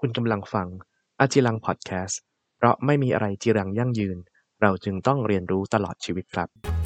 คุณกำลังฟังอาจิรังพอดแคสต์เพราะไม่มีอะไรจีรังยั่งยืนเราจึงต้องเรียนรู้ตลอดชีวิตครับ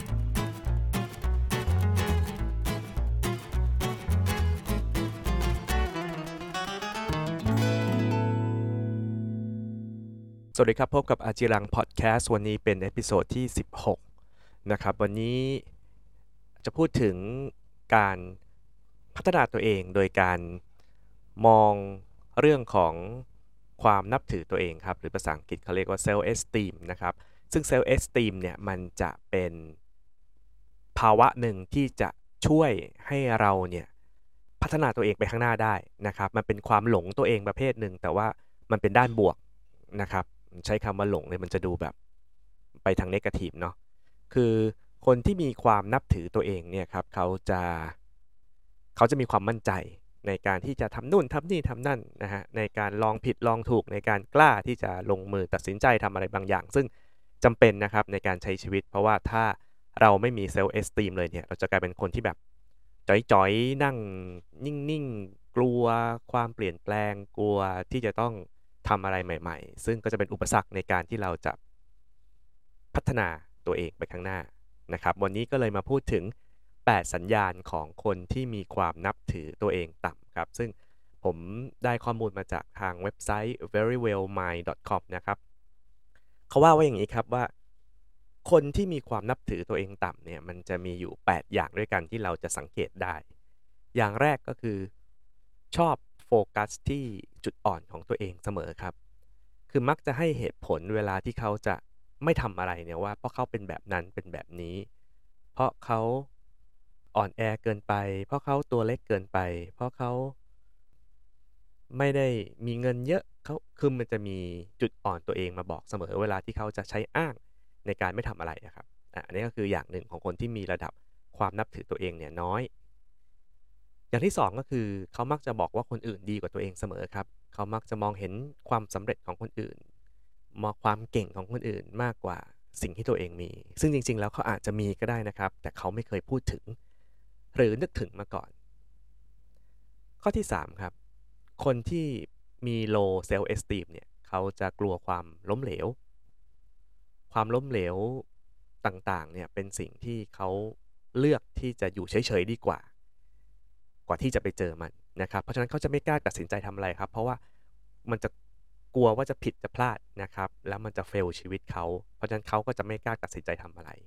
สวัสดีครับพบกับอาจิรังพอดแคสต์วันนี้เป็นเอพิโซดที่16นะครับวันนี้จะพูดถึงการพัฒนาตัวเองโดยการมองเรื่องของความนับถือตัวเองครับหรือภาษาอังกฤษเขาเรียกว่า self esteem นะครับซึ่ง self esteem เนี่ยมันจะเป็นภาวะหนึ่งที่จะช่วยให้เราเนี่ยพัฒนาตัวเองไปข้างหน้าได้นะครับมันเป็นความหลงตัวเองประเภทหนึ่งแต่ว่ามันเป็นด้านบวกนะครับใช้คำว่าหลงเนี่ยมันจะดูแบบไปทางเนกาทีฟเนาะคือคนที่มีความนับถือตัวเองเนี่ยครับเขาจะมีความมั่นใจในการที่จะทำนู่นทำนี่ทำนั่นนะฮะในการลองผิดลองถูกในการกล้าที่จะลงมือตัดสินใจทำอะไรบางอย่างซึ่งจำเป็นนะครับในการใช้ชีวิตเพราะว่าถ้าเราไม่มีเซลฟ์เอสตีมเลยเนี่ยเราจะกลายเป็นคนที่แบบจ๋อยๆนั่งนิ่งๆกลัวความเปลี่ยนแปลงกลัวที่จะต้องทำอะไรใหม่ๆซึ่งก็จะเป็นอุปสรรคในการที่เราจะพัฒนาตัวเองไปข้างหน้านะครับวันนี้ก็เลยมาพูดถึง8สัญญาณของคนที่มีความนับถือตัวเองต่ำครับซึ่งผมได้ข้อมูลมาจากทางเว็บไซต์ verywellmind.com นะครับเขาว่าอย่างนี้ครับว่าคนที่มีความนับถือตัวเองต่ำเนี่ยมันจะมีอยู่8อย่างด้วยกันที่เราจะสังเกตได้อย่างแรกก็คือชอบโฟกัสที่จุดอ่อนของตัวเองเสมอครับคือมักจะให้เหตุผลเวลาที่เขาจะไม่ทำอะไรเนี่ยว่าเพราะเขาเป็นแบบนั้นเป็นแบบนี้เพราะเขาอ่อนแอเกินไปเพราะเขาตัวเล็กเกินไปเพราะเขาไม่ได้มีเงินเยอะเขาคือมันจะมีจุดอ่อนตัวเองมาบอกเสมอเวลาที่เขาจะใช้อ้างในการไม่ทำอะไรอะครับอันนี้ก็คืออย่างหนึ่งของคนที่มีระดับความนับถือตัวเองเนี่ยน้อยอย่างที่สองก็คือเขามักจะบอกว่าคนอื่นดีกว่าตัวเองเสมอครับเขามักจะมองเห็นความสำเร็จของคนอื่นมองความเก่งของคนอื่นมากกว่าสิ่งที่ตัวเองมีซึ่งจริงๆแล้วเขาอาจจะมีก็ได้นะครับแต่เขาไม่เคยพูดถึงหรือนึกถึงมาก่อนข้อที่3ครับคนที่มี low self esteem เนี่ยเขาจะกลัวความล้มเหลวความล้มเหลวต่างๆเนี่ยเป็นสิ่งที่เขาเลือกที่จะอยู่เฉยๆดีกว่าที่จะไปเจอมันนะครับเพราะฉะนั้นเขาจะไม่กล้าตัดสินใจทำอะไรครับเพราะว่ามันจะกลัวว่าจะผิดจะพลาดนะครับแล้วมันจะ fail ชีวิตเขาเพราะฉะนั้นเขาก็จะไม่กล้าตัดสินใจทำอะไร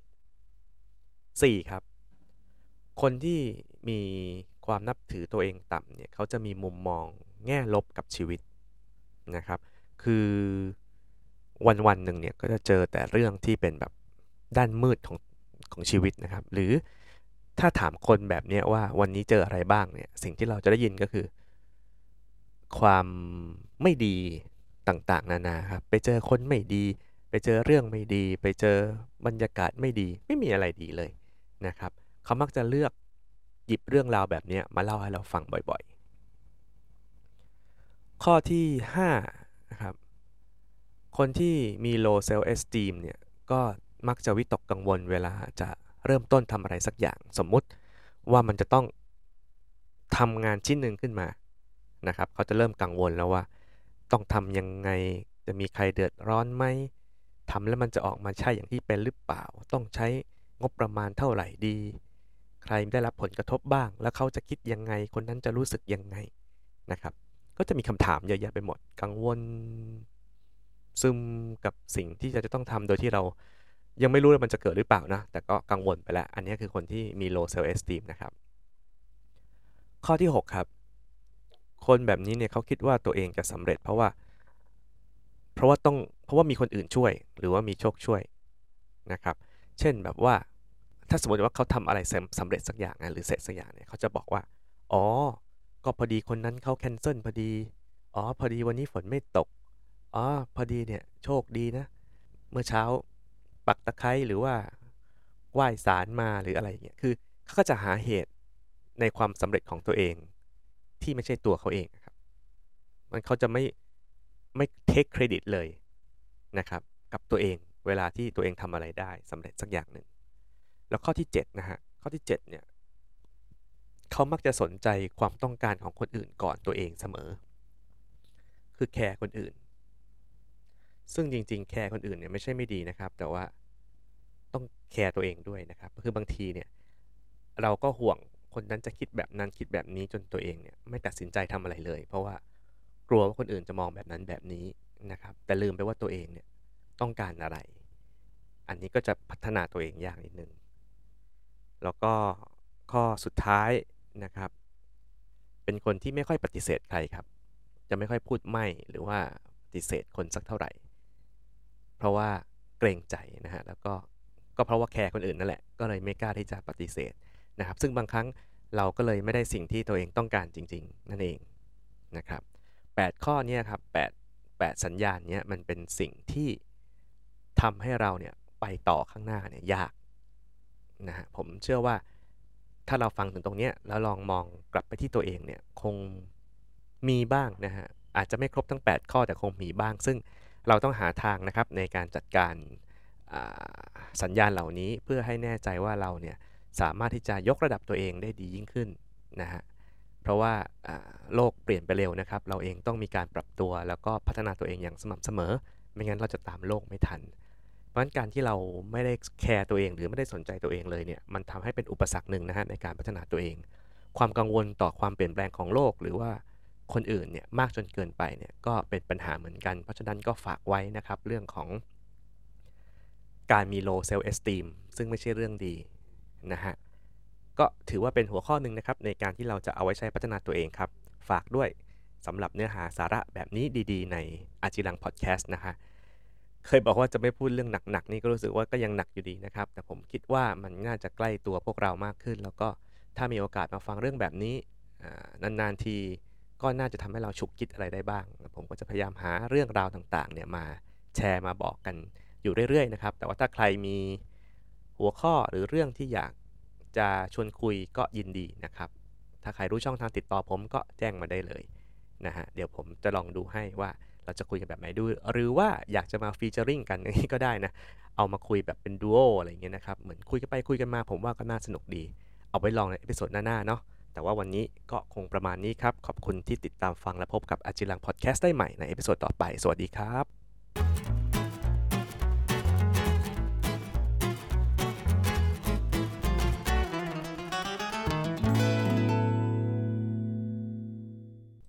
4ครับคนที่มีความนับถือตัวเองต่ำเนี่ยเขาจะมีมุมมองแง่ลบกับชีวิตนะครับคือวันๆหนึ่งเนี่ยก็จะเจอแต่เรื่องที่เป็นแบบด้านมืดของชีวิตนะครับหรือถ้าถามคนแบบนี้ว่าวันนี้เจออะไรบ้างเนี่ยสิ่งที่เราจะได้ยินก็คือความไม่ดีต่างๆนานาครับไปเจอคนไม่ดีไปเจอเรื่องไม่ดีไปเจอบรรยากาศไม่ดีไม่มีอะไรดีเลยนะครับเขามักจะเลือกหยิบเรื่องราวแบบนี้มาเล่าให้เราฟังบ่อยๆข้อที่5นะครับคนที่มี low self esteem เนี่ยก็มักจะวิตกกังวลเวลาจะเริ่มต้นทำอะไรสักอย่างสมมุติว่ามันจะต้องทำงานชิ้นหนึ่งขึ้นมานะครับเขาจะเริ่มกังวลแล้วว่าต้องทำยังไงจะมีใครเดือดร้อนไหมทำแล้วมันจะออกมาใช่อย่างที่เป็นหรือเปล่าต้องใช้งบประมาณเท่าไหร่ดีใครได้รับผลกระทบบ้างแล้วเขาจะคิดยังไงคนนั้นจะรู้สึกยังไงนะครับก็จะมีคำถามเยอะแยะไปหมดกังวลซึมกับสิ่งที่จะต้องทำโดยที่เรายังไม่รู้ว่ามันจะเกิดหรือเปล่านะแต่ก็กังวลไปแล้วอันนี้คือคนที่มี low self esteem นะครับข้อที่6ครับ คนแบบนี้เนี่ยเขาคิดว่าตัวเองจะสำเร็จเพราะว่ามีคนอื่นช่วยหรือว่ามีโชคช่วยนะครับเช่นแบบว่าถ้าสมมติว่าเขาทำอะไรสำเร็จสักอย่างนะหรือเสร็จสักอย่างเนี่ยเขาจะบอกว่าอ๋อก็พอดีคนนั้นเขาแคนเซิลพอดีอ๋อพอดีวันนี้ฝนไม่ตกอ๋อพอดีเนี่ยโชคดีนะเมื่อเช้าปักตะไคร้หรือว่าไหว้ศาลมาหรืออะไรอย่างเงี้ยคือเขาก็จะหาเหตุในความสำเร็จของตัวเองที่ไม่ใช่ตัวเขาเองครับ มันเขาจะไม่เทคเครดิตเลยนะครับกับตัวเองเวลาที่ตัวเองทำอะไรได้สำเร็จสักอย่างหนึ่งแล้วข้อที่7นะฮะข้อที่7เนี่ยเขามักจะสนใจความต้องการของคนอื่นก่อนตัวเองเสมอคือแคร์คนอื่นซึ่งจริงๆแคร์คนอื่นเนี่ยไม่ใช่ไม่ดีนะครับแต่ว่าต้องแคร์ตัวเองด้วยนะครับคือบางทีเนี่ยเราก็ห่วงคนนั้นจะคิดแบบนั้นคิดแบบนี้จนตัวเองเนี่ยไม่ตัดสินใจทำอะไรเลยเพราะว่ากลัวว่าคนอื่นจะมองแบบนั้นแบบนี้นะครับแต่ลืมไปว่าตัวเองเนี่ยต้องการอะไรอันนี้ก็จะพัฒนาตัวเองยากนิดนึงแล้วก็ข้อสุดท้ายนะครับเป็นคนที่ไม่ค่อยปฏิเสธใครครับจะไม่ค่อยพูดไม่หรือว่าปฏิเสธคนสักเท่าไหร่ เพราะว่าเกรงใจนะฮะแล้วก็เพราะว่าแคร์คนอื่นนั่นแหละก็เลยไม่กล้าที่จะปฏิเสธนะครับซึ่งบางครั้งเราก็เลยไม่ได้สิ่งที่ตัวเองต้องการจริงๆนั่นเองนะครับ8ข้อเนี้ยครับ8สัญญาณเนี้ยมันเป็นสิ่งที่ทำให้เราเนี่ยไปต่อข้างหน้าเนี่ยยากนะฮะผมเชื่อว่าถ้าเราฟังถึงตรงเนี้ยแล้วลองมองกลับไปที่ตัวเองเนี่ยคงมีบ้างนะฮะอาจจะไม่ครบทั้ง8ข้อแต่คงมีบ้างซึ่งเราต้องหาทางนะครับในการจัดการสัญญาณเหล่านี้เพื่อให้แน่ใจว่าเราเนี่ยสามารถที่จะยกระดับตัวเองได้ดียิ่งขึ้นนะฮะเพราะว่าโลกเปลี่ยนไปเร็วนะครับเราเองต้องมีการปรับตัวแล้วก็พัฒนาตัวเองอย่างสม่ำเสมอไม่งั้นเราจะตามโลกไม่ทันเพราะฉะนั้นการที่เราไม่ได้แคร์ตัวเองหรือไม่ได้สนใจตัวเองเลยเนี่ยมันทำให้เป็นอุปสรรคหนึ่งนะฮะในการพัฒนาตัวเองความกังวลต่อความเปลี่ยนแปลงของโลกหรือว่าคนอื่นเนี่ยมากจนเกินไปเนี่ยก็เป็นปัญหาเหมือนกันเพราะฉะนั้นก็ฝากไว้นะครับเรื่องของการมี low self esteem ซึ่งไม่ใช่เรื่องดีนะฮะก็ถือว่าเป็นหัวข้อหนึ่งนะครับในการที่เราจะเอาไว้ใช้พัฒนาตัวเองครับฝากด้วยสำหรับเนื้อหาสาระแบบนี้ดีๆในอาจิรังพอดแคสต์นะฮะเคยบอกว่าจะไม่พูดเรื่องหนักๆนี่ก็รู้สึกว่าก็ยังหนักอยู่ดีนะครับแต่ผมคิดว่ามันน่าจะใกล้ตัวพวกเรามากขึ้นแล้วก็ถ้ามีโอกาสมาฟังเรื่องแบบนี้นานๆทีก็น่าจะทำให้เราฉุกคิดอะไรได้บ้างผมก็จะพยายามหาเรื่องราวต่างๆเนี่ยมาแชร์มาบอกกันอยู่เรื่อยๆนะครับแต่ว่าถ้าใครมีหัวข้อหรือเรื่องที่อยากจะชวนคุยก็ยินดีนะครับถ้าใครรู้ช่องทางติดต่อผมก็แจ้งมาได้เลยนะฮะเดี๋ยวผมจะลองดูให้ว่าเราจะคุยกันแบบไหนดูหรือว่าอยากจะมาฟีเจอริงกันอย่างนี้ก็ได้นะเอามาคุยแบบเป็นดูโออะไรเงี้ยนะครับเหมือนคุยกันไปคุยกันมาผมว่าก็น่าสนุกดีเอาไว้ลองในเอพิโซดหน้าๆเนาะแต่ว่าวันนี้ก็คงประมาณนี้ครับขอบคุณที่ติดตามฟังและพบกับอาจิรังพอดแคสต์ได้ใหม่ในเอพิโซดต่อไปสวัสดีครับ